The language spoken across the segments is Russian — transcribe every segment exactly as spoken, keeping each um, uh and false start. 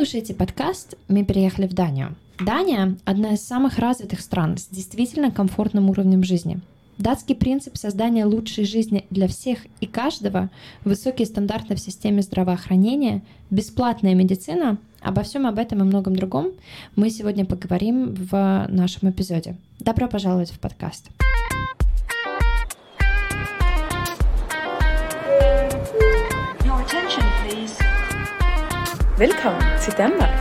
слушаете подкаст «Мы переехали в Данию». Дания – одна из самых развитых стран с действительно комфортным уровнем жизни. Датский принцип создания лучшей жизни для всех и каждого, высокие стандарты в системе здравоохранения, бесплатная медицина – обо всем об этом и многом другом мы сегодня поговорим в нашем эпизоде. Добро пожаловать в подкаст. Your attention, please. Velkommen til Danmark.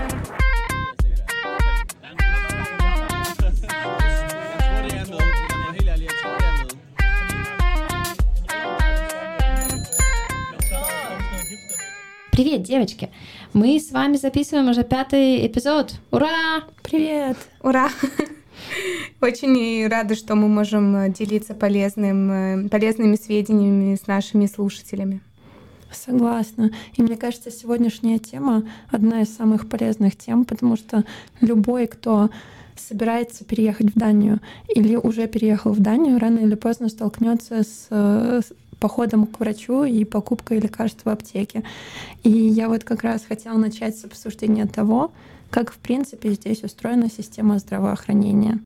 Привет, девочки! Мы с вами записываем уже пятый эпизод. Ура! Привет! Ура! Очень рада, что мы можем делиться полезным, полезными сведениями с нашими слушателями. Согласна. И мне кажется, сегодняшняя тема одна из самых полезных тем, потому что любой, кто собирается переехать в Данию или уже переехал в Данию, рано или поздно столкнется с походом к врачу и покупкой лекарств в аптеке. И я вот как раз хотела начать с обсуждения того, как в принципе здесь устроена система здравоохранения.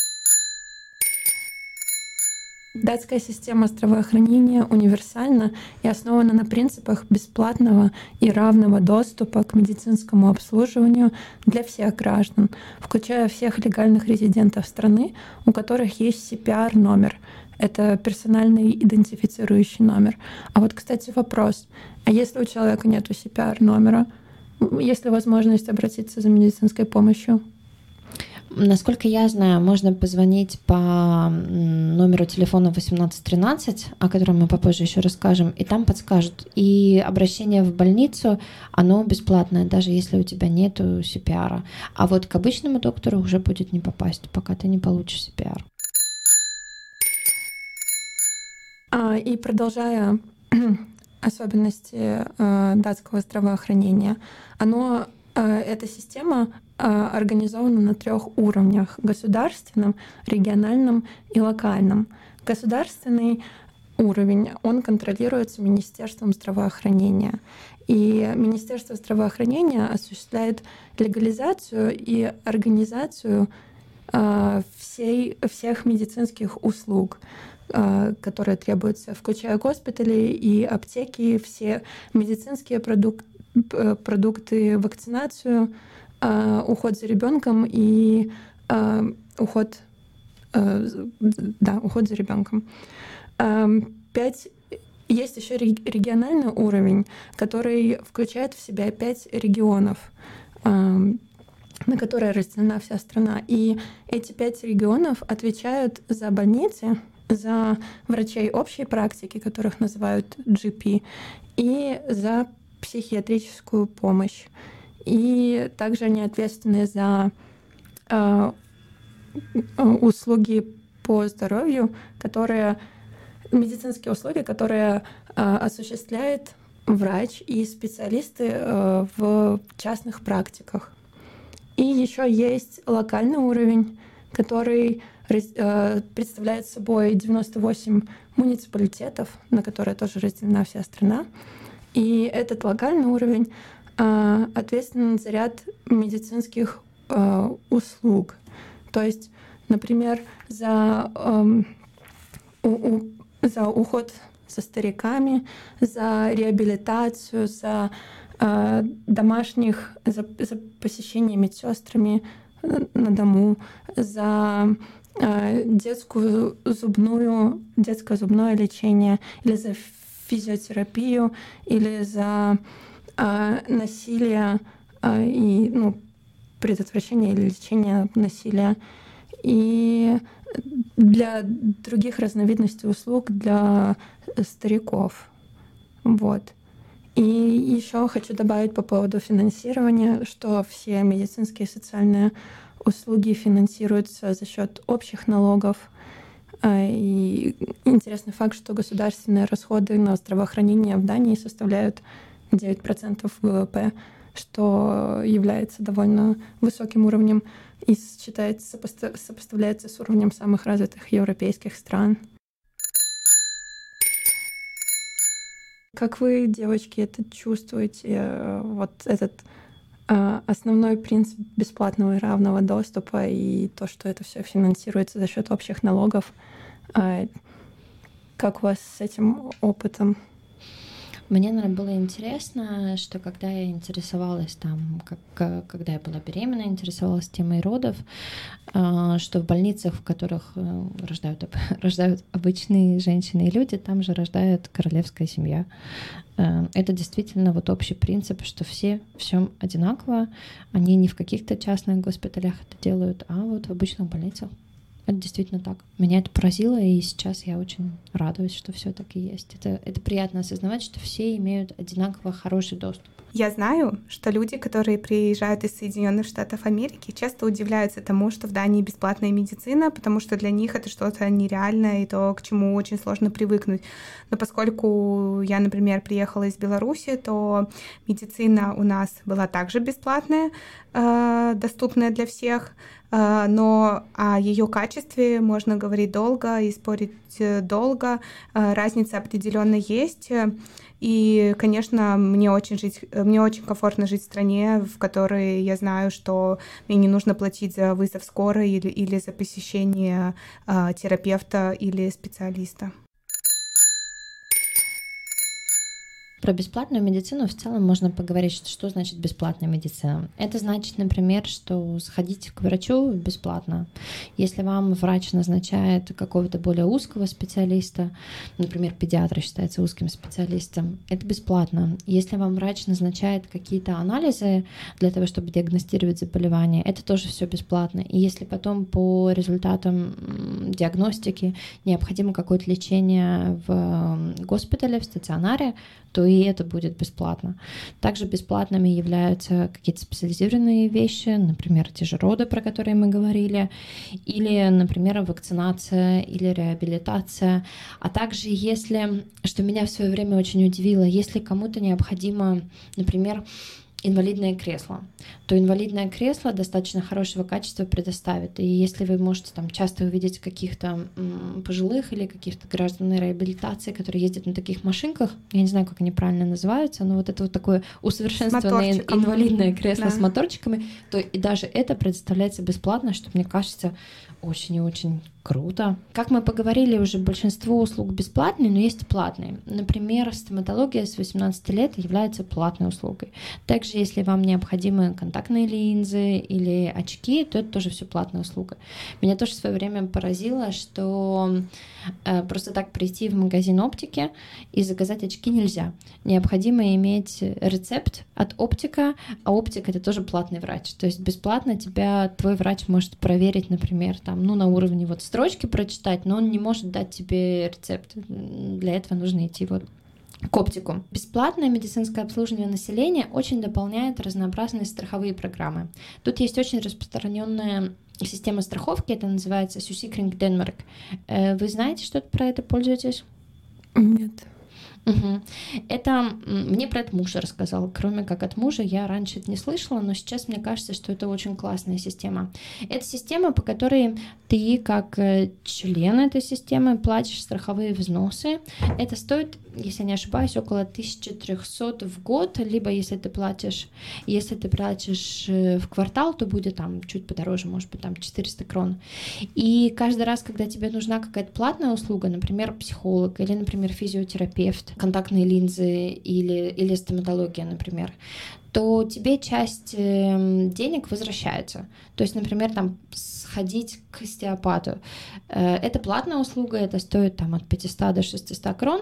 Датская система здравоохранения универсальна и основана на принципах бесплатного и равного доступа к медицинскому обслуживанию для всех граждан, включая всех легальных резидентов страны, у которых есть си пи ар-номер. Это персональный идентифицирующий номер. А вот, кстати, вопрос. А если у человека нет си пи ар-номера, есть ли возможность обратиться за медицинской помощью? Насколько я знаю, можно позвонить по номеру телефона восемнадцать тринадцать, о котором мы попозже еще расскажем, и там подскажут. И обращение в больницу, оно бесплатное, даже если у тебя нету си пи ар. А вот к обычному доктору уже будет не попасть, пока ты не получишь си пи ар. И продолжая особенности датского здравоохранения, оно, эта система организована на трех уровнях: государственном, региональном и локальном. Государственный уровень, он контролируется Министерством здравоохранения. И Министерство здравоохранения осуществляет легализацию и организацию всей, всех медицинских услуг, которые требуются, включая госпитали и аптеки, все медицинские продук- продукты, вакцинацию, уход за ребенком и уход, да, уход за ребенком. Пять Есть еще региональный уровень, который включает в себя пять регионов, на которые разделена вся страна. И эти пять регионов отвечают за больницы, за врачей общей практики, которых называют джи пи, и за психиатрическую помощь. И также они ответственны за э, услуги по здоровью, которые, медицинские услуги, которые э, осуществляет врач и специалисты э, в частных практиках. И еще есть локальный уровень, который представляет собой девяносто восемь муниципалитетов, на которые тоже разделена вся страна. И этот локальный уровень ответственен за ряд медицинских услуг. То есть, например, за, за уход за стариками, за реабилитацию, за домашних, за, за посещение медсестрами на дому, за детскую зубную, детское зубное лечение, или за физиотерапию, или за э, насилие э, и ну, предотвращение или лечение насилия. И для других разновидностей услуг для стариков. Вот. И еще хочу добавить по поводу финансирования, что все медицинские и социальные услуги финансируются за счет общих налогов. И интересный факт, что государственные расходы на здравоохранение в Дании составляют девять процентов вэ вэ пэ, что является довольно высоким уровнем и считается, сопоставляется с уровнем самых развитых европейских стран. Как вы, девочки, это чувствуете, вот этот основной принцип бесплатного и равного доступа и то, что это все финансируется за счет общих налогов. Как у вас с этим опытом? Мне, наверное, было интересно, что когда я интересовалась там, как, когда я была беременна, интересовалась темой родов, что в больницах, в которых рождают, рождают обычные женщины и люди, там же рождает королевская семья. Это действительно вот общий принцип, что все всем одинаково, они не в каких-то частных госпиталях это делают, а вот в обычных больницах. Это действительно так. Меня это поразило, и сейчас я очень радуюсь, что все так и есть. Это, это приятно осознавать, что все имеют одинаково хороший доступ. Я знаю, что люди, которые приезжают из Соединенных Штатов Америки, часто удивляются тому, что в Дании бесплатная медицина, потому что для них это что-то нереальное и то, к чему очень сложно привыкнуть. Но поскольку я, например, приехала из Беларуси, то медицина у нас была также бесплатная, доступная для всех, но о ее качестве можно говорить долго и спорить долго. Разница определенно есть. И, конечно, мне очень, жить, мне очень комфортно жить в стране, в которой я знаю, что мне не нужно платить за вызов скорой или, или за посещение э, терапевта или специалиста. Про бесплатную медицину в целом можно поговорить, что, что значит бесплатная медицина. Это значит, например, что сходить к врачу бесплатно. Если вам врач назначает какого-то более узкого специалиста, например, педиатр считается узким специалистом, это бесплатно. Если вам врач назначает какие-то анализы для того, чтобы диагностировать заболевание, это тоже все бесплатно. И если потом по результатам диагностики необходимо какое-то лечение в госпитале, в стационаре, то и это будет бесплатно. Также бесплатными являются какие-то специализированные вещи, например, те же роды, про которые мы говорили, или, например, вакцинация или реабилитация. А также, если, что меня в свое время очень удивило, если кому-то необходимо, например, инвалидное кресло, то инвалидное кресло достаточно хорошего качества предоставит. И если вы можете там часто увидеть каких-то м, пожилых или каких-то граждан реабилитации, которые ездят на таких машинках, я не знаю, как они правильно называются, но вот это вот такое усовершенствованное инвалидное кресло да. с моторчиками, то и даже это предоставляется бесплатно, что, мне кажется, очень и очень круто. Как мы поговорили, уже большинство услуг бесплатные, но есть и платные. Например, стоматология с восемнадцати лет является платной услугой. Также, если вам необходимы контактные линзы или очки, то это тоже все платная услуга. Меня тоже в свое время поразило, что э, просто так прийти в магазин оптики и заказать очки нельзя. Необходимо иметь рецепт от оптика, а оптик — это тоже платный врач. То есть бесплатно тебя твой врач может проверить, например, там, ну, на уровне вот строчки прочитать, но он не может дать тебе рецепт. Для этого нужно идти вот к оптику. Бесплатное медицинское обслуживание населения очень дополняет разнообразные страховые программы. Тут есть очень распространенная система страховки, это называется Sygesikring Denmark. Вы знаете, что-то про это, пользуетесь? Нет. Угу. Это мне про это муж рассказал. Кроме как от мужа, я раньше это не слышала, но сейчас мне кажется, что это очень классная система. Это система, по которой ты, как член этой системы, платишь страховые взносы. Это стоит, если не ошибаюсь, около тысяча триста в год, либо если ты платишь, если ты платишь в квартал, то будет там чуть подороже, может быть, там четыреста крон. И каждый раз, когда тебе нужна какая-то платная услуга, например, психолог или, например, физиотерапевт, контактные линзы или, или стоматология, например, то тебе часть денег возвращается. То есть, например, там сходить к остеопату. Это платная услуга, это стоит там от пятисот до шестисот крон,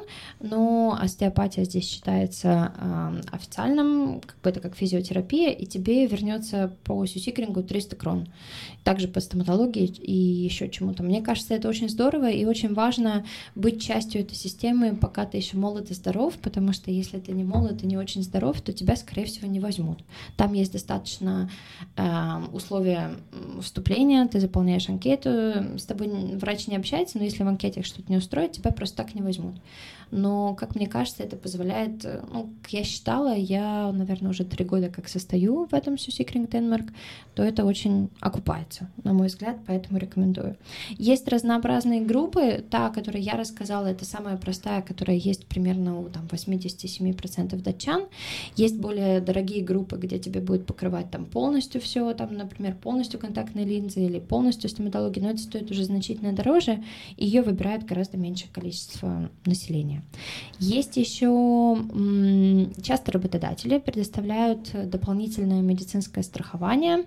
но остеопатия здесь считается официальным, как бы это как физиотерапия, и тебе вернется по сюсикрингу триста крон. Также по стоматологии и еще чему-то. Мне кажется, это очень здорово и очень важно быть частью этой системы, пока ты еще молод и здоров, потому что если ты не молод и не очень здоров, то тебя, скорее всего, не возьмут. Там есть достаточно э, условия вступления, ты заполняешь анкету, анкету, с тобой врач не общается, но если в анкете что-то не устроит, тебя просто так не возьмут. Но, как мне кажется, это позволяет, ну, как я считала, я, наверное, уже три года как состою в этом Сюсикринг Денмарк, то это очень окупается, на мой взгляд, поэтому рекомендую. Есть разнообразные группы, та, о которой я рассказала, это самая простая, которая есть примерно у там, восемьдесят семь процентов датчан. Есть более дорогие группы, где тебе будет покрывать там полностью все, там, например, полностью контактные линзы или полностью стоматология, но это стоит уже значительно дороже, и ее выбирает гораздо меньшее количество населения. Есть еще часто работодатели предоставляют дополнительное медицинское страхование.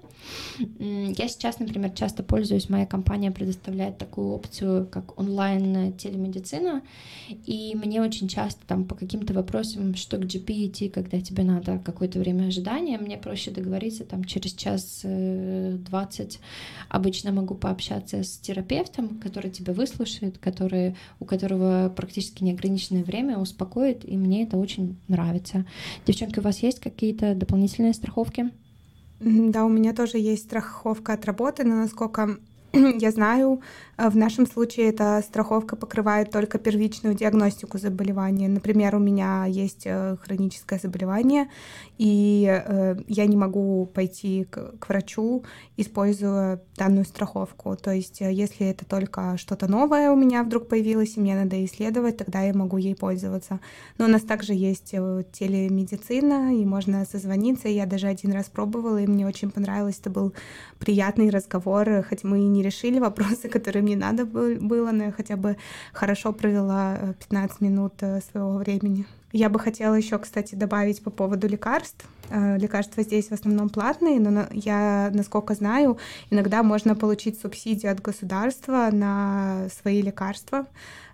Я сейчас, например, часто пользуюсь, моя компания предоставляет такую опцию, как онлайн-телемедицина, и мне очень часто там по каким-то вопросам, что к джи пи идти, когда тебе надо какое-то время ожидания, мне проще договориться там через час двадцать. Обычно могу пообщаться с терапевтом, который тебя выслушает, который, у которого практически неограниченное время, успокоит, и мне это очень нравится. Девчонки, у вас есть какие-то дополнительные страховки? Да, у меня тоже есть страховка от работы, но насколько я знаю, в нашем случае эта страховка покрывает только первичную диагностику заболевания. Например, у меня есть хроническое заболевание, и я не могу пойти к, к врачу, используя данную страховку. То есть, если это только что-то новое у меня вдруг появилось, и мне надо исследовать, тогда я могу ей пользоваться. Но у нас также есть телемедицина, и можно созвониться. Я даже один раз пробовала, и мне очень понравилось. Это был приятный разговор, хоть мы и не решили вопросы, которые мне надо было, но я хотя бы хорошо провела пятнадцать минут своего времени. Я бы хотела еще, кстати, добавить по поводу лекарств. Лекарства здесь в основном платные, но я, насколько знаю, иногда можно получить субсидию от государства на свои лекарства.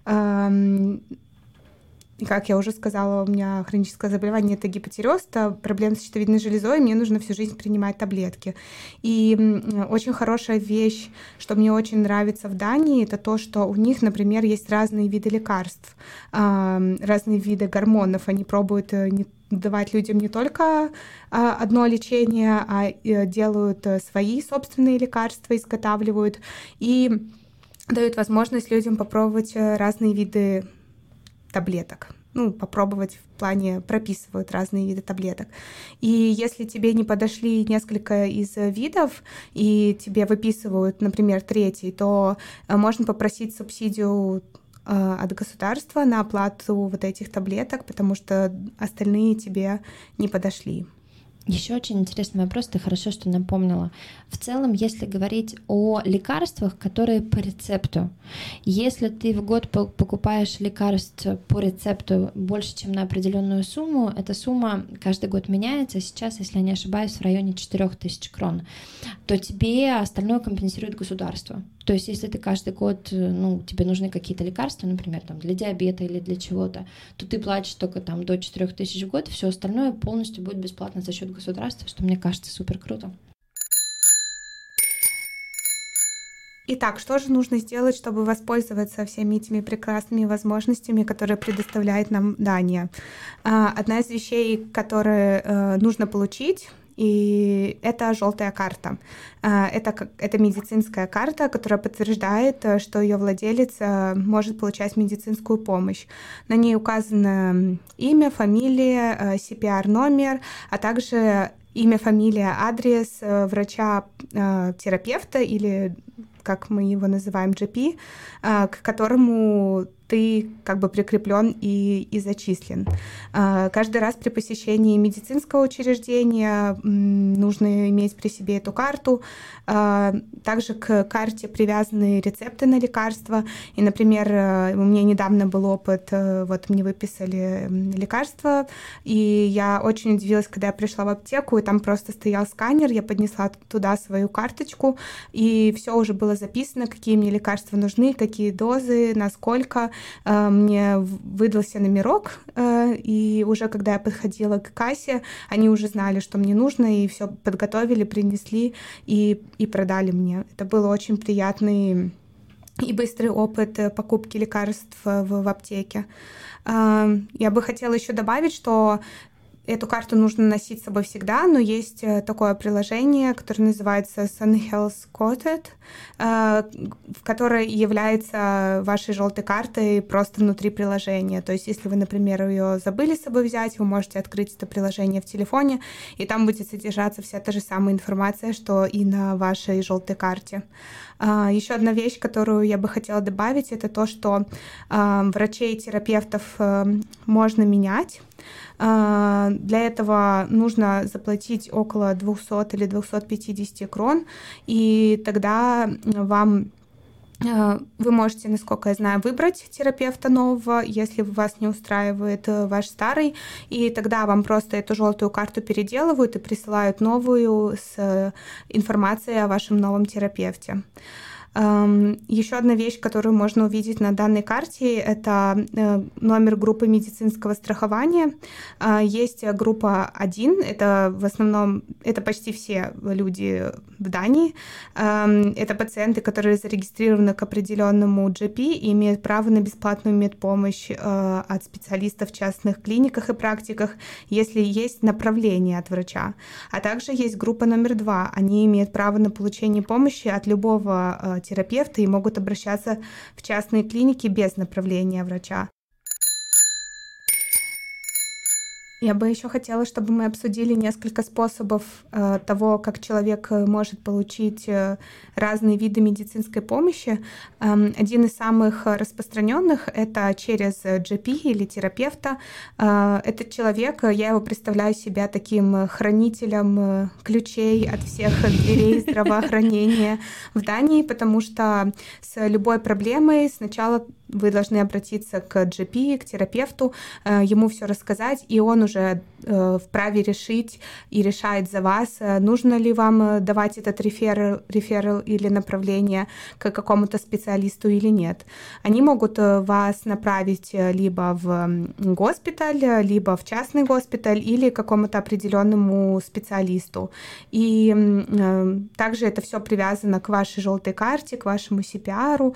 Как я уже сказала, у меня хроническое заболевание — это гипотиреоз, это проблема с щитовидной железой, и мне нужно всю жизнь принимать таблетки. И очень хорошая вещь, что мне очень нравится в Дании, это то, что у них, например, есть разные виды лекарств, разные виды гормонов. Они пробуют не давать людям не только одно лечение, а делают свои собственные лекарства, изготавливают и дают возможность людям попробовать разные виды таблеток. Ну, попробовать в плане прописывают разные виды таблеток. И если тебе не подошли несколько из видов, и тебе выписывают, например, третий, то можно попросить субсидию от государства на оплату вот этих таблеток, потому что остальные тебе не подошли. Еще очень интересный вопрос, ты хорошо, что напомнила. В целом, если говорить о лекарствах, которые по рецепту, если ты в год покупаешь лекарств по рецепту больше, чем на определенную сумму, эта сумма каждый год меняется, сейчас, если я не ошибаюсь, в районе четыре тысячи крон, то тебе остальное компенсирует государство. То есть, если ты каждый год, ну, тебе нужны какие-то лекарства, например, там, для диабета или для чего-то, то ты платишь только там до четыре тысячи в год, все остальное полностью будет бесплатно за счет государства, что мне кажется супер круто. Итак, что же нужно сделать, чтобы воспользоваться всеми этими прекрасными возможностями, которые предоставляет нам Дания? Одна из вещей, которые нужно получить, и это желтая карта. Это, это медицинская карта, которая подтверждает, что ее владелец может получать медицинскую помощь. На ней указано имя, фамилия, си пи ар-номер, а также имя, фамилия, адрес врача-терапевта или, как мы его называем, джи пи, к которому ты как бы прикреплен и, и зачислен. Каждый раз при посещении медицинского учреждения нужно иметь при себе эту карту. Также к карте привязаны рецепты на лекарства. И, например, у меня недавно был опыт, вот мне выписали лекарства, и я очень удивилась, когда я пришла в аптеку, и там просто стоял сканер, я поднесла туда свою карточку, и все уже было записано, какие мне лекарства нужны, какие дозы, насколько. Мне выдался номерок, и уже когда я подходила к кассе, они уже знали, что мне нужно, и все подготовили, принесли и, и продали мне. Это был очень приятный и быстрый опыт покупки лекарств в, в аптеке. Я бы хотела еще добавить, что Эту карту нужно носить с собой всегда, но есть такое приложение, которое называется SunHealth Coded, которое является вашей желтой картой просто внутри приложения. То есть если вы, например, ее забыли с собой взять, вы можете открыть это приложение в телефоне, и там будет содержаться вся та же самая информация, что и на вашей желтой карте. Еще одна вещь, которую я бы хотела добавить, это то, что врачей и терапевтов можно менять. Для этого нужно заплатить около двести или двести пятьдесят крон, и тогда вам вы можете, насколько я знаю, выбрать терапевта нового, если вас не устраивает ваш старый, и тогда вам просто эту желтую карту переделывают и присылают новую с информацией о вашем новом терапевте. Еще одна вещь, которую можно увидеть на данной карте, это номер группы медицинского страхования. Есть группа один, это в основном, это почти все люди в Дании. Это пациенты, которые зарегистрированы к определенному джи пи и имеют право на бесплатную медпомощь от специалистов в частных клиниках и практиках, если есть направление от врача. А также есть группа номер два. Они имеют право на получение помощи от любого терапевта и могут обращаться в частные клиники без направления врача. Я бы еще хотела, чтобы мы обсудили несколько способов э, того, как человек может получить э, разные виды медицинской помощи. Э, один из самых распространенных — это через джи пи или терапевта. Э, этот человек, я его представляю себя таким хранителем ключей от всех дверей здравоохранения в Дании, потому что с любой проблемой сначала вы должны обратиться к джи пи, к терапевту, ему все рассказать, и он уже вправе решить и решает за вас, нужно ли вам давать этот реферал, реферал или направление к какому-то специалисту или нет. Они могут вас направить либо в госпиталь, либо в частный госпиталь или к какому-то определенному специалисту. И также это все привязано к вашей желтой карте, к вашему си пи ар.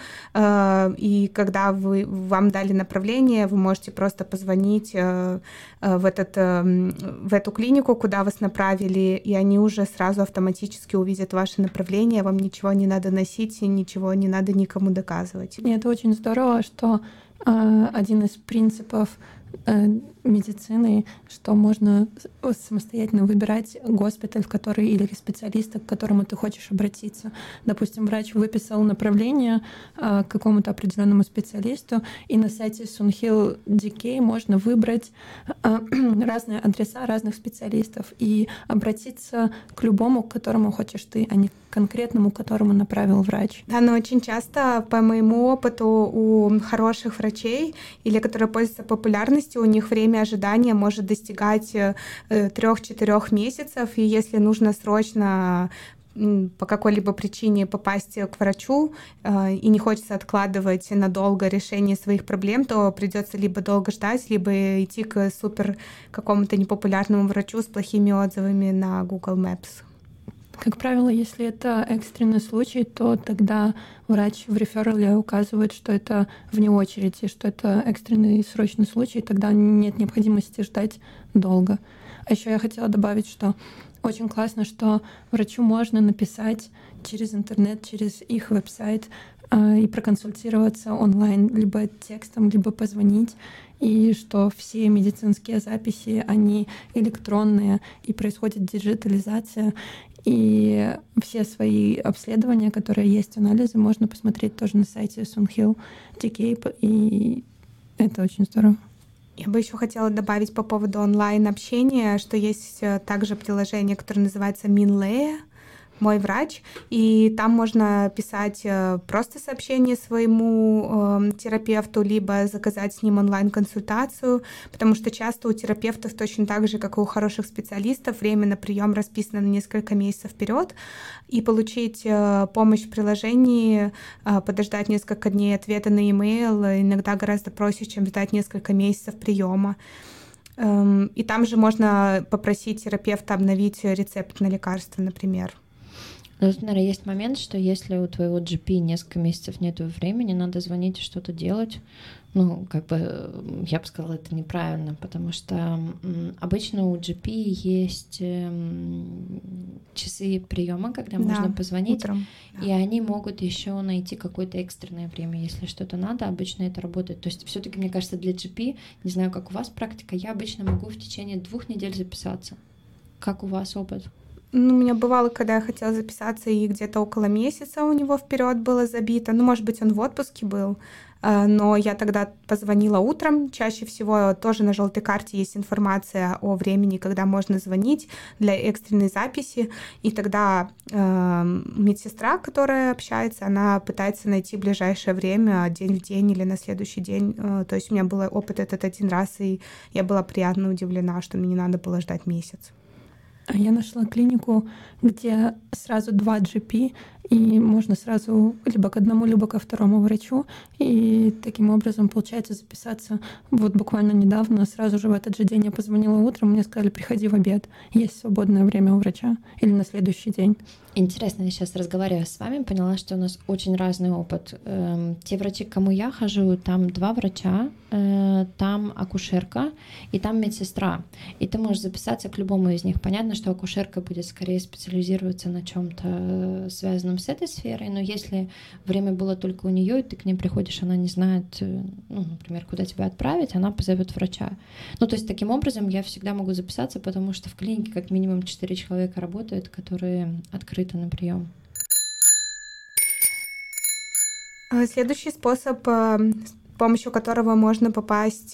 И когда вы, вам дали направление, вы можете просто позвонить в, этот, в эту клинику, куда вас направили, и они уже сразу автоматически увидят ваше направление, вам ничего не надо носить, и ничего не надо никому доказывать. И это очень здорово, что э, один из принципов э, медицины, что можно самостоятельно выбирать госпиталь, в который или специалиста, к которому ты хочешь обратиться. Допустим, врач выписал направление э, к какому-то определенному специалисту, и на сайте SunHealth ди кей можно выбрать э, разные адреса разных специалистов и обратиться к любому, к которому хочешь ты, а не к конкретному, к которому направил врач. Да, но очень часто, по моему опыту, у хороших врачей или которые пользуются популярностью, у них время ожидания может достигать трех-четырех месяцев, и если нужно срочно по какой-либо причине попасть к врачу э, и не хочется откладывать надолго решение своих проблем, то придется либо долго ждать, либо идти к супер какому-то непопулярному врачу с плохими отзывами на Google Maps. Как правило, если это экстренный случай, то тогда врач в реферале указывает, что это вне очереди, что это экстренный срочный случай, тогда нет необходимости ждать долго. А еще я хотела добавить, что очень классно, что врачу можно написать через интернет, через их веб-сайт э, и проконсультироваться онлайн, либо текстом, либо позвонить, и что все медицинские записи, они электронные, и происходит диджитализация, и все свои обследования, которые есть, анализы, можно посмотреть тоже на сайте SunHealth ди кей, и это очень здорово. Я бы еще хотела добавить по поводу онлайн-общения, что есть также приложение, которое называется Minlea, «Мой врач», и там можно писать просто сообщение своему э, терапевту, либо заказать с ним онлайн-консультацию, потому что часто у терапевтов точно так же, как и у хороших специалистов, время на прием расписано на несколько месяцев вперед, и получить э, помощь в приложении, э, подождать несколько дней ответа на e-mail иногда гораздо проще, чем ждать несколько месяцев приема. Э, и там же можно попросить терапевта обновить рецепт на лекарство, например. Но тут, наверное, есть момент, что если у твоего джи пи несколько месяцев нет времени, надо звонить и что-то делать. Ну, как бы, я бы сказала, это неправильно, потому что м, обычно у джи пи есть эм, часы приема, когда Да, можно позвонить, утром. и они могут еще найти какое-то экстренное время, если что-то надо. Обычно это работает. То есть все-таки, мне кажется, для джи пи, не знаю, как у вас практика, я обычно могу в течение двух недель записаться. Как у вас опыт? Ну, у меня бывало, когда я хотела записаться, и где-то около месяца у него вперед было забито. Ну, может быть, он в отпуске был, э, но я тогда позвонила утром. Чаще всего тоже на желтой карте есть информация о времени, когда можно звонить для экстренной записи. И тогда э, медсестра, которая общается, она пытается найти ближайшее время, день в день или на следующий день. Э, то есть у меня был опыт этот один раз, и я была приятно удивлена, что мне не надо было ждать месяц. Я нашла клинику, где сразу два джи пи, и можно сразу либо к одному, либо ко второму врачу. И таким образом получается записаться. Вот буквально недавно, сразу же в этот же день я позвонила утром, мне сказали, приходи в обед. Есть свободное время у врача или на следующий день. Интересно, я сейчас разговариваю с вами, поняла, что у нас очень разный опыт. Эм, те врачи, к кому я хожу, там два врача, э, там акушерка и там медсестра. И ты можешь записаться к любому из них. Понятно, что акушерка будет скорее специализироваться на чем-то связанном с этой сферой, но если время было только у нее, и ты к ней приходишь, она не знает, ну, например, куда тебя отправить, она позовет врача. Ну, то есть таким образом я всегда могу записаться, потому что в клинике как минимум четыре человека работают, которые открыты на прием. Следующий способ, с помощью которого можно попасть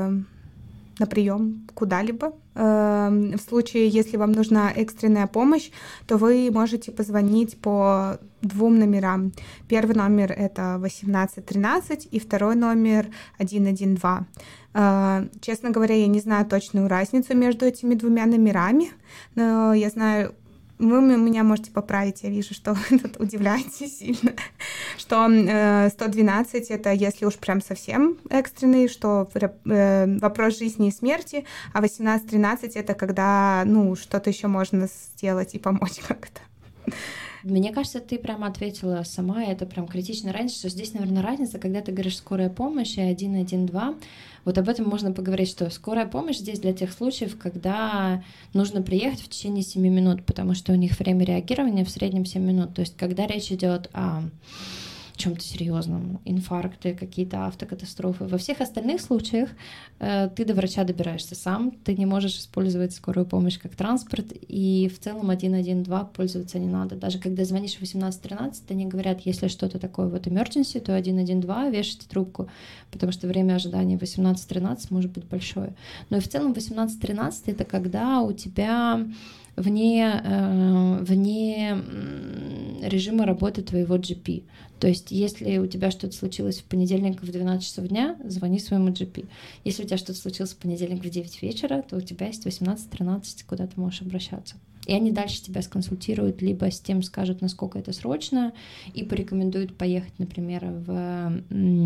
на прием куда-либо. В случае, если вам нужна экстренная помощь, то вы можете позвонить по двум номерам. Первый номер — это восемнадцать тринадцать, и второй номер — один один два. Честно говоря, я не знаю точную разницу между этими двумя номерами, но я знаю... Вы меня можете поправить, я вижу, что вы тут удивляетесь сильно, что э, сто двенадцать — это если уж прям совсем экстренный, что э, вопрос жизни и смерти, а восемнадцать тринадцать — это когда, ну, что-то еще можно сделать и помочь как-то. Мне кажется, ты прямо ответила сама, это прям критичная разница, что здесь, наверное, разница, когда ты говоришь «скорая помощь» и один один два. Вот об этом можно поговорить, что скорая помощь здесь для тех случаев, когда нужно приехать в течение семи минут, потому что у них время реагирования в среднем семь минут. То есть когда речь идет о чем-то серьезном, инфаркты, какие-то автокатастрофы. Во всех остальных случаях э, ты до врача добираешься сам, ты не можешь использовать скорую помощь как транспорт, и в целом один один два пользоваться не надо. Даже когда звонишь в восемнадцать тринадцать, они говорят, если что-то такое вот emergency, то один один два, вешайте трубку, потому что время ожидания восемнадцать тринадцать может быть большое. Но и в целом восемнадцать тринадцать — это когда у тебя вне, э, вне режима работы твоего джи пи. То есть, если у тебя что-то случилось в понедельник в двенадцать часов дня, звони своему джи пи. Если у тебя что-то случилось в понедельник в девять вечера, то у тебя есть восемнадцать тринадцать, куда ты можешь обращаться. И они дальше тебя сконсультируют, либо с тем скажут, насколько это срочно, и порекомендуют поехать, например, в...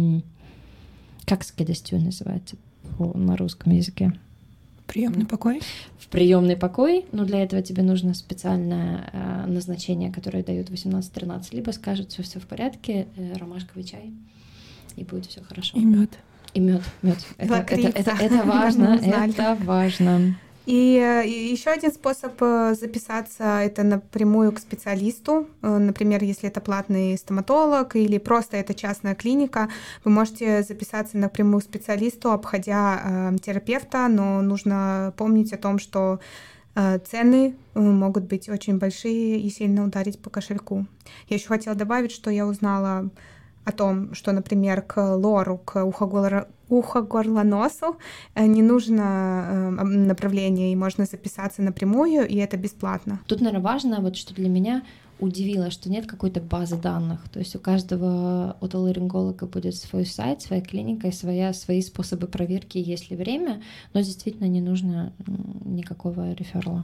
Как скедостью называется на русском языке? Приемный покой? В приемный покой, но для этого тебе нужно специальное э, назначение, которое дают восемнадцать тринадцать, либо скажут, что все в порядке, э, ромашковый чай, и будет все хорошо. И мед. И мед, мед. Это, это, это, это важно, это важно. И, и еще один способ записаться — это напрямую к специалисту. Например, если это платный стоматолог или просто это частная клиника, вы можете записаться напрямую к специалисту, обходя э, терапевта, но нужно помнить о том, что э, цены могут быть очень большие и сильно ударить по кошельку. Я еще хотела добавить, что я узнала о том, что, например, к лору, к ухо-горло-носу не нужно направление, и можно записаться напрямую, и это бесплатно. Тут, наверное, важно, вот что для меня удивило, что нет какой-то базы данных. То есть у каждого отоларинголога будет свой сайт, своя клиника и своя, свои способы проверки, есть ли время, но действительно не нужно никакого реферала.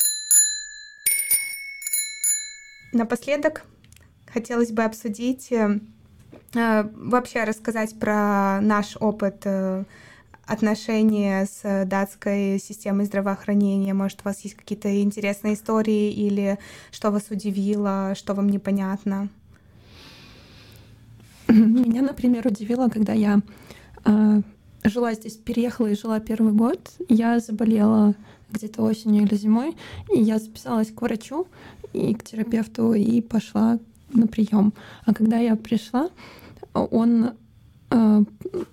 Напоследок хотелось бы обсудить... Вообще рассказать про наш опыт отношения с датской системой здравоохранения? Может, у вас есть какие-то интересные истории или что вас удивило, что вам непонятно? Меня, например, удивило, когда я э, жила здесь, переехала и жила первый год. Я заболела где-то осенью или зимой, и я записалась к врачу и к терапевту и пошла на прием. А когда я пришла, он э,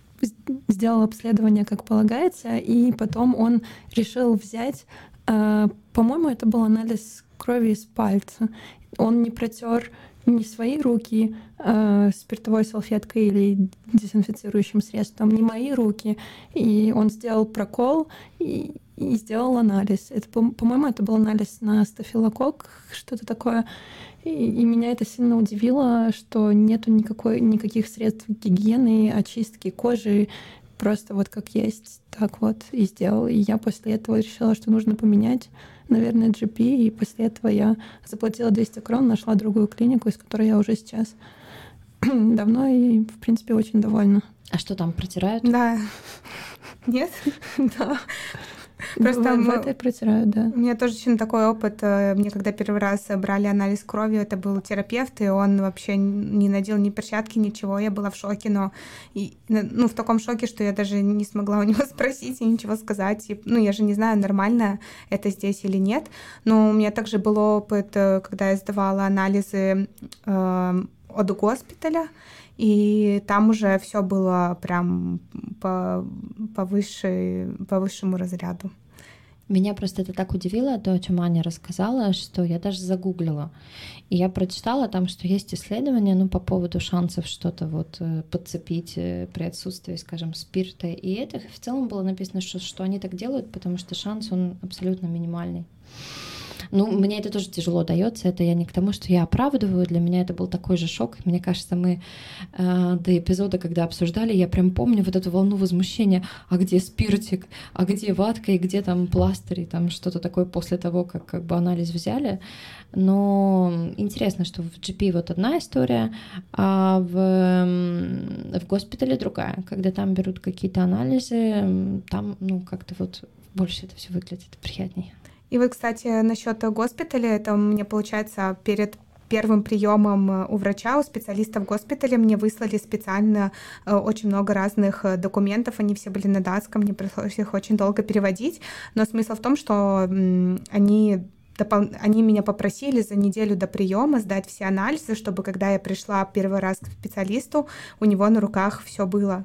сделал обследование, как полагается, и потом он решил взять, э, по-моему, это был анализ крови из пальца. Он не протер не свои руки э, спиртовой салфеткой или дезинфицирующим средством, не мои руки. И он сделал прокол и, и сделал анализ. Это, по- по-моему, это был анализ на стафилококк, что-то такое. И, и меня это сильно удивило, что нету никакой, никаких средств гигиены, очистки кожи. Просто вот как есть, так вот и сделал. И я после этого решила, что нужно поменять, наверное, джи пи. И после этого я заплатила двести крон, нашла другую клинику, из которой я уже сейчас давно и, в принципе, очень довольна. А что там, протирают? Да. Нет? Да. Просто Просто в мы- этой протирают, да. У меня тоже очень такой опыт. э, Мне когда первый раз брали анализ крови, это был терапевт, и он вообще не надел ни перчатки, ничего. Я была в шоке, но и, ну, в таком шоке, что я даже не смогла у него спросить и ничего сказать. И, ну, я же не знаю, нормально это здесь или нет. Но у меня также был опыт, э, когда я сдавала анализы э, от госпиталя, и там уже все было прям по, по, высшей, по высшему разряду. Меня просто это так удивило, то, о чем Аня рассказала, что я даже загуглила. И я прочитала там, что есть исследования, ну, по поводу шансов что-то вот э, подцепить э, при отсутствии, скажем, спирта. И это в целом было написано, что, что они так делают, потому что шанс, он абсолютно минимальный. Ну, мне это тоже тяжело дается. Это я не к тому, что я оправдываю. Для меня это был такой же шок. Мне кажется, мы э, до эпизода, когда обсуждали, я прям помню вот эту волну возмущения. А где спиртик? А где ватка? И где там пластырь? И там что-то такое после того, как, как бы анализ взяли. Но интересно, что в джи пи вот одна история, а в, в госпитале другая. Когда там берут какие-то анализы, там, ну, как-то вот больше это все выглядит приятнее. И вот, кстати, насчет госпиталя, это мне, получается, перед первым приемом у врача, у специалиста в госпитале мне выслали специально очень много разных документов, они все были на датском, мне пришлось их очень долго переводить, но смысл в том, что они... Они меня попросили за неделю до приема сдать все анализы, чтобы когда я пришла первый раз к специалисту, у него на руках все было.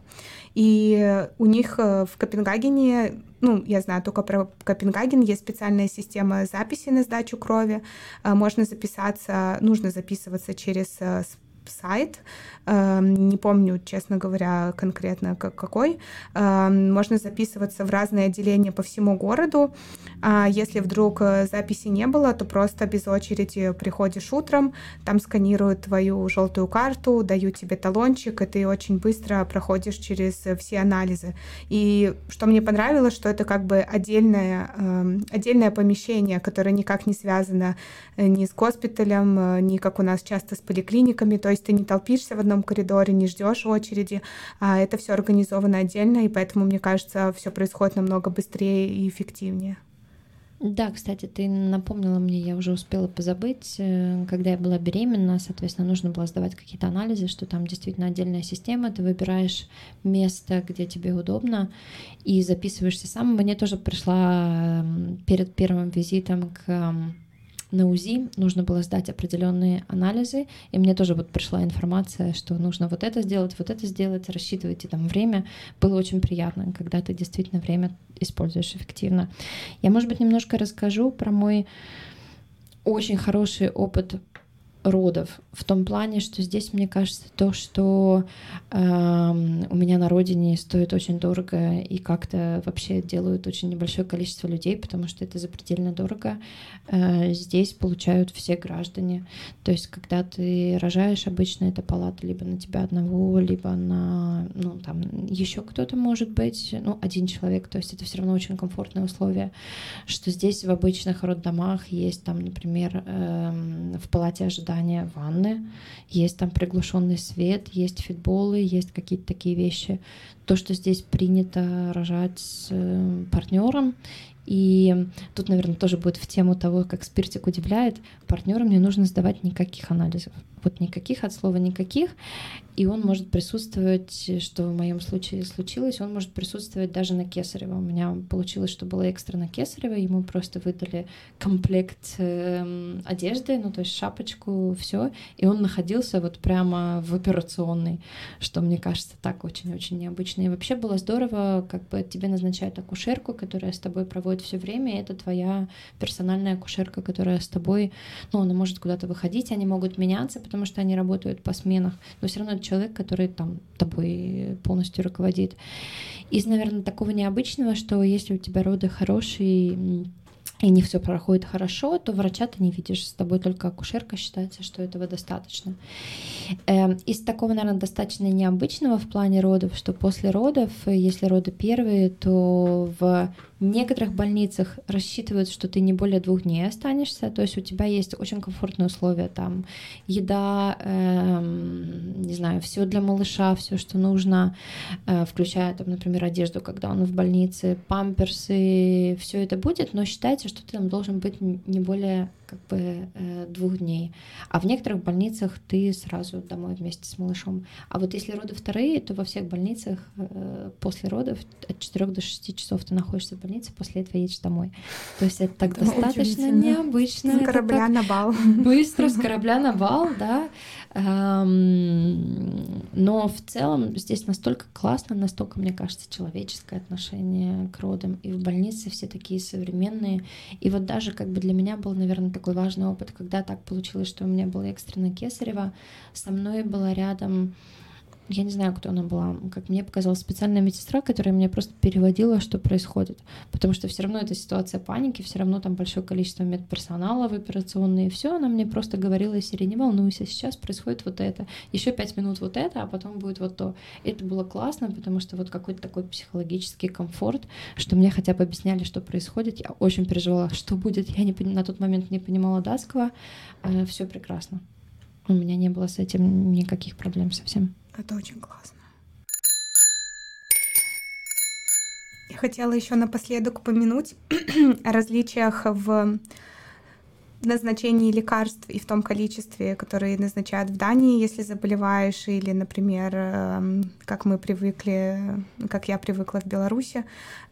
И у них в Копенгагене, ну, я знаю только про Копенгаген, есть специальная система записи на сдачу крови. Можно записаться, нужно записываться через сайт, не помню, честно говоря, конкретно какой. Можно записываться в разные отделения по всему городу. А если вдруг записи не было, то просто без очереди приходишь утром, там сканируют твою желтую карту, дают тебе талончик, и ты очень быстро проходишь через все анализы. И что мне понравилось, что это как бы отдельное, отдельное помещение, которое никак не связано ни с госпиталем, ни, как у нас часто, с поликлиниками. То есть ты не толпишься в одном коридоре, не ждешь очереди, а это все организовано отдельно, и поэтому, мне кажется, все происходит намного быстрее и эффективнее. Да, кстати, ты напомнила мне, я уже успела позабыть, когда я была беременна, соответственно, нужно было сдавать какие-то анализы, что там действительно отдельная система, ты выбираешь место, где тебе удобно, и записываешься сам. Мне тоже пришла перед первым визитом к на УЗИ, нужно было сдать определенные анализы, и мне тоже вот пришла информация, что нужно вот это сделать, вот это сделать, рассчитывайте там время. Было очень приятно, когда ты действительно время используешь эффективно. Я, может быть, немножко расскажу про мой очень хороший опыт родов, в том плане, что здесь, мне кажется, то, что э, у меня на родине стоит очень дорого и как-то вообще делают очень небольшое количество людей, потому что это запредельно дорого, э, здесь получают все граждане. То есть, когда ты рожаешь, обычно это палата либо на тебя одного, либо на, ну, там, еще кто-то может быть, ну, один человек, то есть это все равно очень комфортные условия, что здесь в обычных роддомах есть там, например, э, в палате ожидания питание ванны, есть там приглушенный свет, есть фитболы, есть какие-то такие вещи. То, что здесь принято рожать с партнером. И тут, наверное, тоже будет в тему того, как Спиртик удивляет, партнерам не нужно сдавать никаких анализов. Вот никаких, от слова никаких. И он может присутствовать, что в моем случае случилось, он может присутствовать даже на кесарево. У меня получилось, что было экстренно кесарево, ему просто выдали комплект э, одежды, ну то есть шапочку, все, и он находился вот прямо в операционной, что мне кажется так очень-очень необычно. И вообще было здорово, как бы тебе назначают акушерку, которая с тобой проводит все время, и это твоя персональная акушерка, которая с тобой, ну она может куда-то выходить, они могут меняться, потому что они работают по сменах, но все равно это человек, который там тобой полностью руководит. Из, наверное, такого необычного, что если у тебя роды хорошие и не все проходит хорошо, то врача ты не видишь, с тобой только акушерка, считается, что этого достаточно. Из такого, наверное, достаточно необычного в плане родов, что после родов, если роды первые, то в некоторых больницах рассчитывают, что ты не более двух дней останешься, то есть у тебя есть очень комфортные условия, там еда, эм, не знаю, все для малыша, все, что нужно, э, включая, там, например, одежду, когда он в больнице, памперсы, все это будет, но считается, что ты там должен быть не более как бы э, двух дней. А в некоторых больницах ты сразу домой вместе с малышом. А вот если роды вторые, то во всех больницах э, после родов от четырёх до шести часов ты находишься в больнице, после этого едешь домой. То есть это так Это достаточно необычно. С корабля на бал. Быстро, с корабля на бал, да. Но в целом здесь настолько классно, настолько, мне кажется, человеческое отношение к родам. И в больнице все такие современные. И вот даже как бы для меня был, наверное, такой важный опыт, когда так получилось, что у меня было экстренно кесарево. Со мной была рядом, я не знаю, кто она была, как мне показалось, специальная медсестра, которая мне просто переводила, что происходит. Потому что все равно это ситуация паники, все равно там большое количество медперсонала в операционной, и все, она мне просто говорила из серии: не волнуйся, сейчас происходит вот это, еще пять минут вот это, а потом будет вот то. И это было классно, потому что вот какой-то такой психологический комфорт, что мне хотя бы объясняли, что происходит. Я очень переживала, что будет. Я не, на тот момент не понимала датского. Все прекрасно. У меня не было с этим никаких проблем совсем. Это очень классно. Я хотела еще напоследок упомянуть о различиях в назначении лекарств и в том количестве, которые назначают в Дании, если заболеваешь, или, например, как мы привыкли, как я привыкла в Беларуси.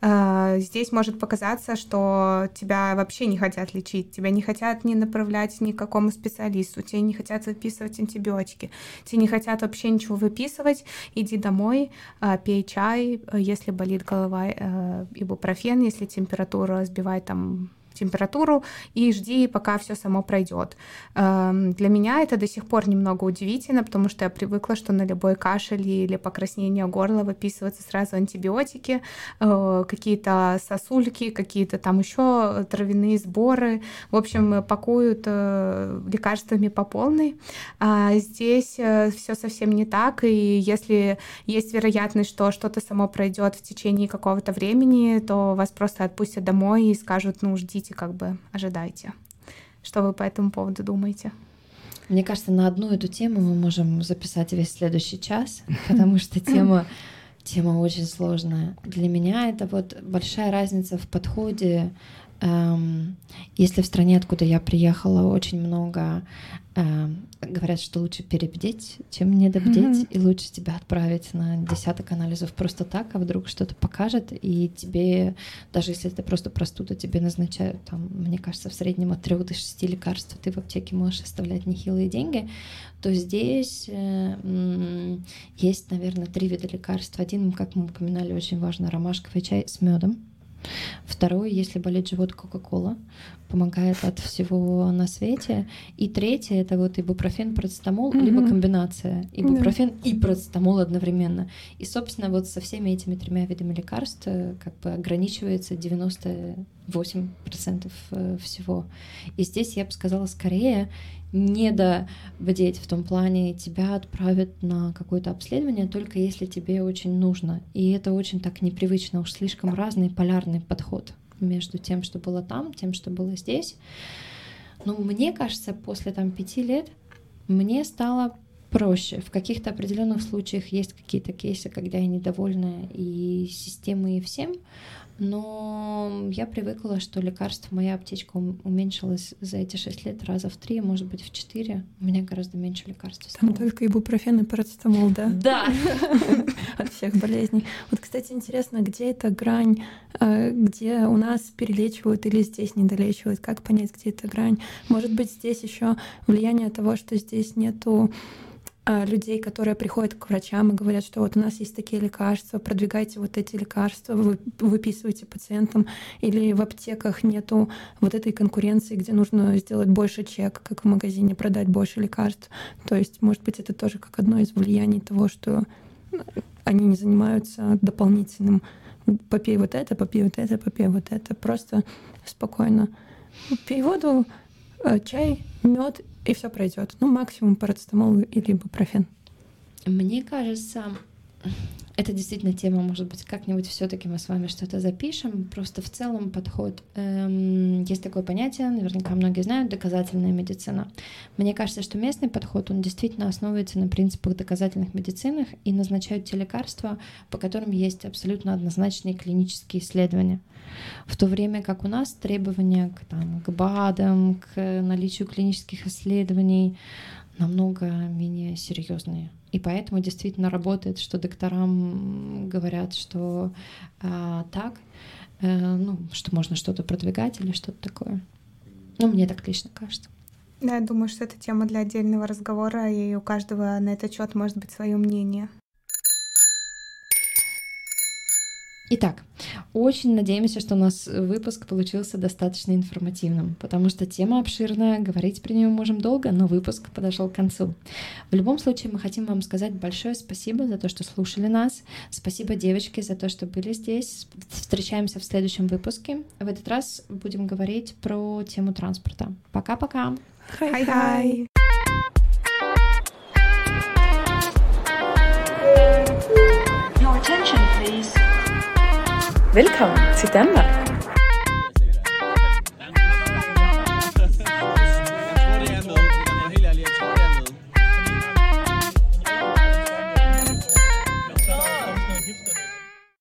Здесь может показаться, что тебя вообще не хотят лечить, тебя не хотят не направлять ни к какому специалисту, тебе не хотят выписывать антибиотики, тебе не хотят вообще ничего выписывать, иди домой, пей чай, если болит голова, ибупрофен, если температура сбивает там температуру, и жди, пока все само пройдет. Для меня это до сих пор немного удивительно, потому что я привыкла, что на любой кашель или покраснение горла выписываются сразу антибиотики, какие-то сосульки, какие-то там еще травяные сборы. В общем, пакуют лекарствами по полной. А здесь все совсем не так, и если есть вероятность, что что-то само пройдет в течение какого-то времени, то вас просто отпустят домой и скажут: ну, ждите, как бы ожидайте. Что вы по этому поводу думаете? Мне кажется, на одну эту тему мы можем записать весь следующий час, потому что тема, тема очень сложная. Для меня это вот большая разница в подходе. Если в стране, откуда я приехала, очень много говорят, что лучше перебдеть, чем недобдеть, mm-hmm. и лучше тебя отправить на десяток анализов просто так, а вдруг что-то покажет, и тебе, даже если это просто простуда, тебе назначают, там, мне кажется, в среднем от трех до шести лекарств, ты в аптеке можешь оставлять нехилые деньги, то здесь э, есть, наверное, три вида лекарств. Один, как мы упоминали, очень важно, ромашковый чай с медом. Второй, если болит живот, кока-кола, помогает от всего на свете. И третье, это вот ибупрофен, парацетамол, mm-hmm. либо комбинация ибупрофен mm-hmm. и парацетамол одновременно. И, собственно, вот со всеми этими тремя видами лекарств как бы ограничивается девяносто восемь процентов всего. И здесь я бы сказала, скорее не добдеть в том плане, тебя отправят на какое-то обследование только если тебе очень нужно. И это очень так непривычно, уж слишком разный полярный подход между тем, что было там, тем, что было здесь. Но мне кажется, после там пяти лет мне стало проще. В каких-то определенных случаях есть какие-то кейсы, когда я недовольна и системой, и всем, но я привыкла, что лекарств, моя аптечка уменьшилась за эти шесть лет раза в три, может быть, в четыре. У меня гораздо меньше лекарств стало. Там только ибупрофен и парацетамол, да? Да! От всех болезней. Вот, кстати, интересно, где эта грань, где у нас перелечивают или здесь не долечивают? Как понять, где эта грань? Может быть, здесь еще влияние того, что здесь нету людей, которые приходят к врачам и говорят, что вот у нас есть такие лекарства, продвигайте вот эти лекарства, вы выписывайте пациентам, или в аптеках нету вот этой конкуренции, где нужно сделать больше чек, как в магазине, продать больше лекарств. То есть, может быть, это тоже как одно из влияний того, что они не занимаются дополнительным. Попей вот это, попей вот это, попей вот это. Просто спокойно пей воду, чай, мед, и все пройдет. Ну, максимум парацетамол или ибупрофен. Мне кажется, это действительно тема, может быть, как-нибудь все-таки мы с вами что-то запишем. Просто в целом подход. Эм, есть такое понятие, наверняка многие знают, доказательная медицина. Мне кажется, что местный подход, он действительно основывается на принципах доказательных медицинах и назначают те лекарства, по которым есть абсолютно однозначные клинические исследования. В то время как у нас требования к, там, к БАДам, к наличию клинических исследований намного менее серьезные. И поэтому действительно работает, что докторам говорят, что а, так, а, ну, что можно что-то продвигать или что-то такое. Ну, мне так лично кажется. Да, я думаю, что это тема для отдельного разговора, и у каждого на этот счет может быть свое мнение. Итак, очень надеемся, что у нас выпуск получился достаточно информативным, потому что тема обширная, говорить про нее можем долго, но выпуск подошел к концу. В любом случае, мы хотим вам сказать большое спасибо за то, что слушали нас. Спасибо, девочки, за то, что были здесь. Встречаемся в следующем выпуске. В этот раз будем говорить про тему транспорта. Пока-пока! Хай-хай! Your attention, please. Velkommen til Danmark.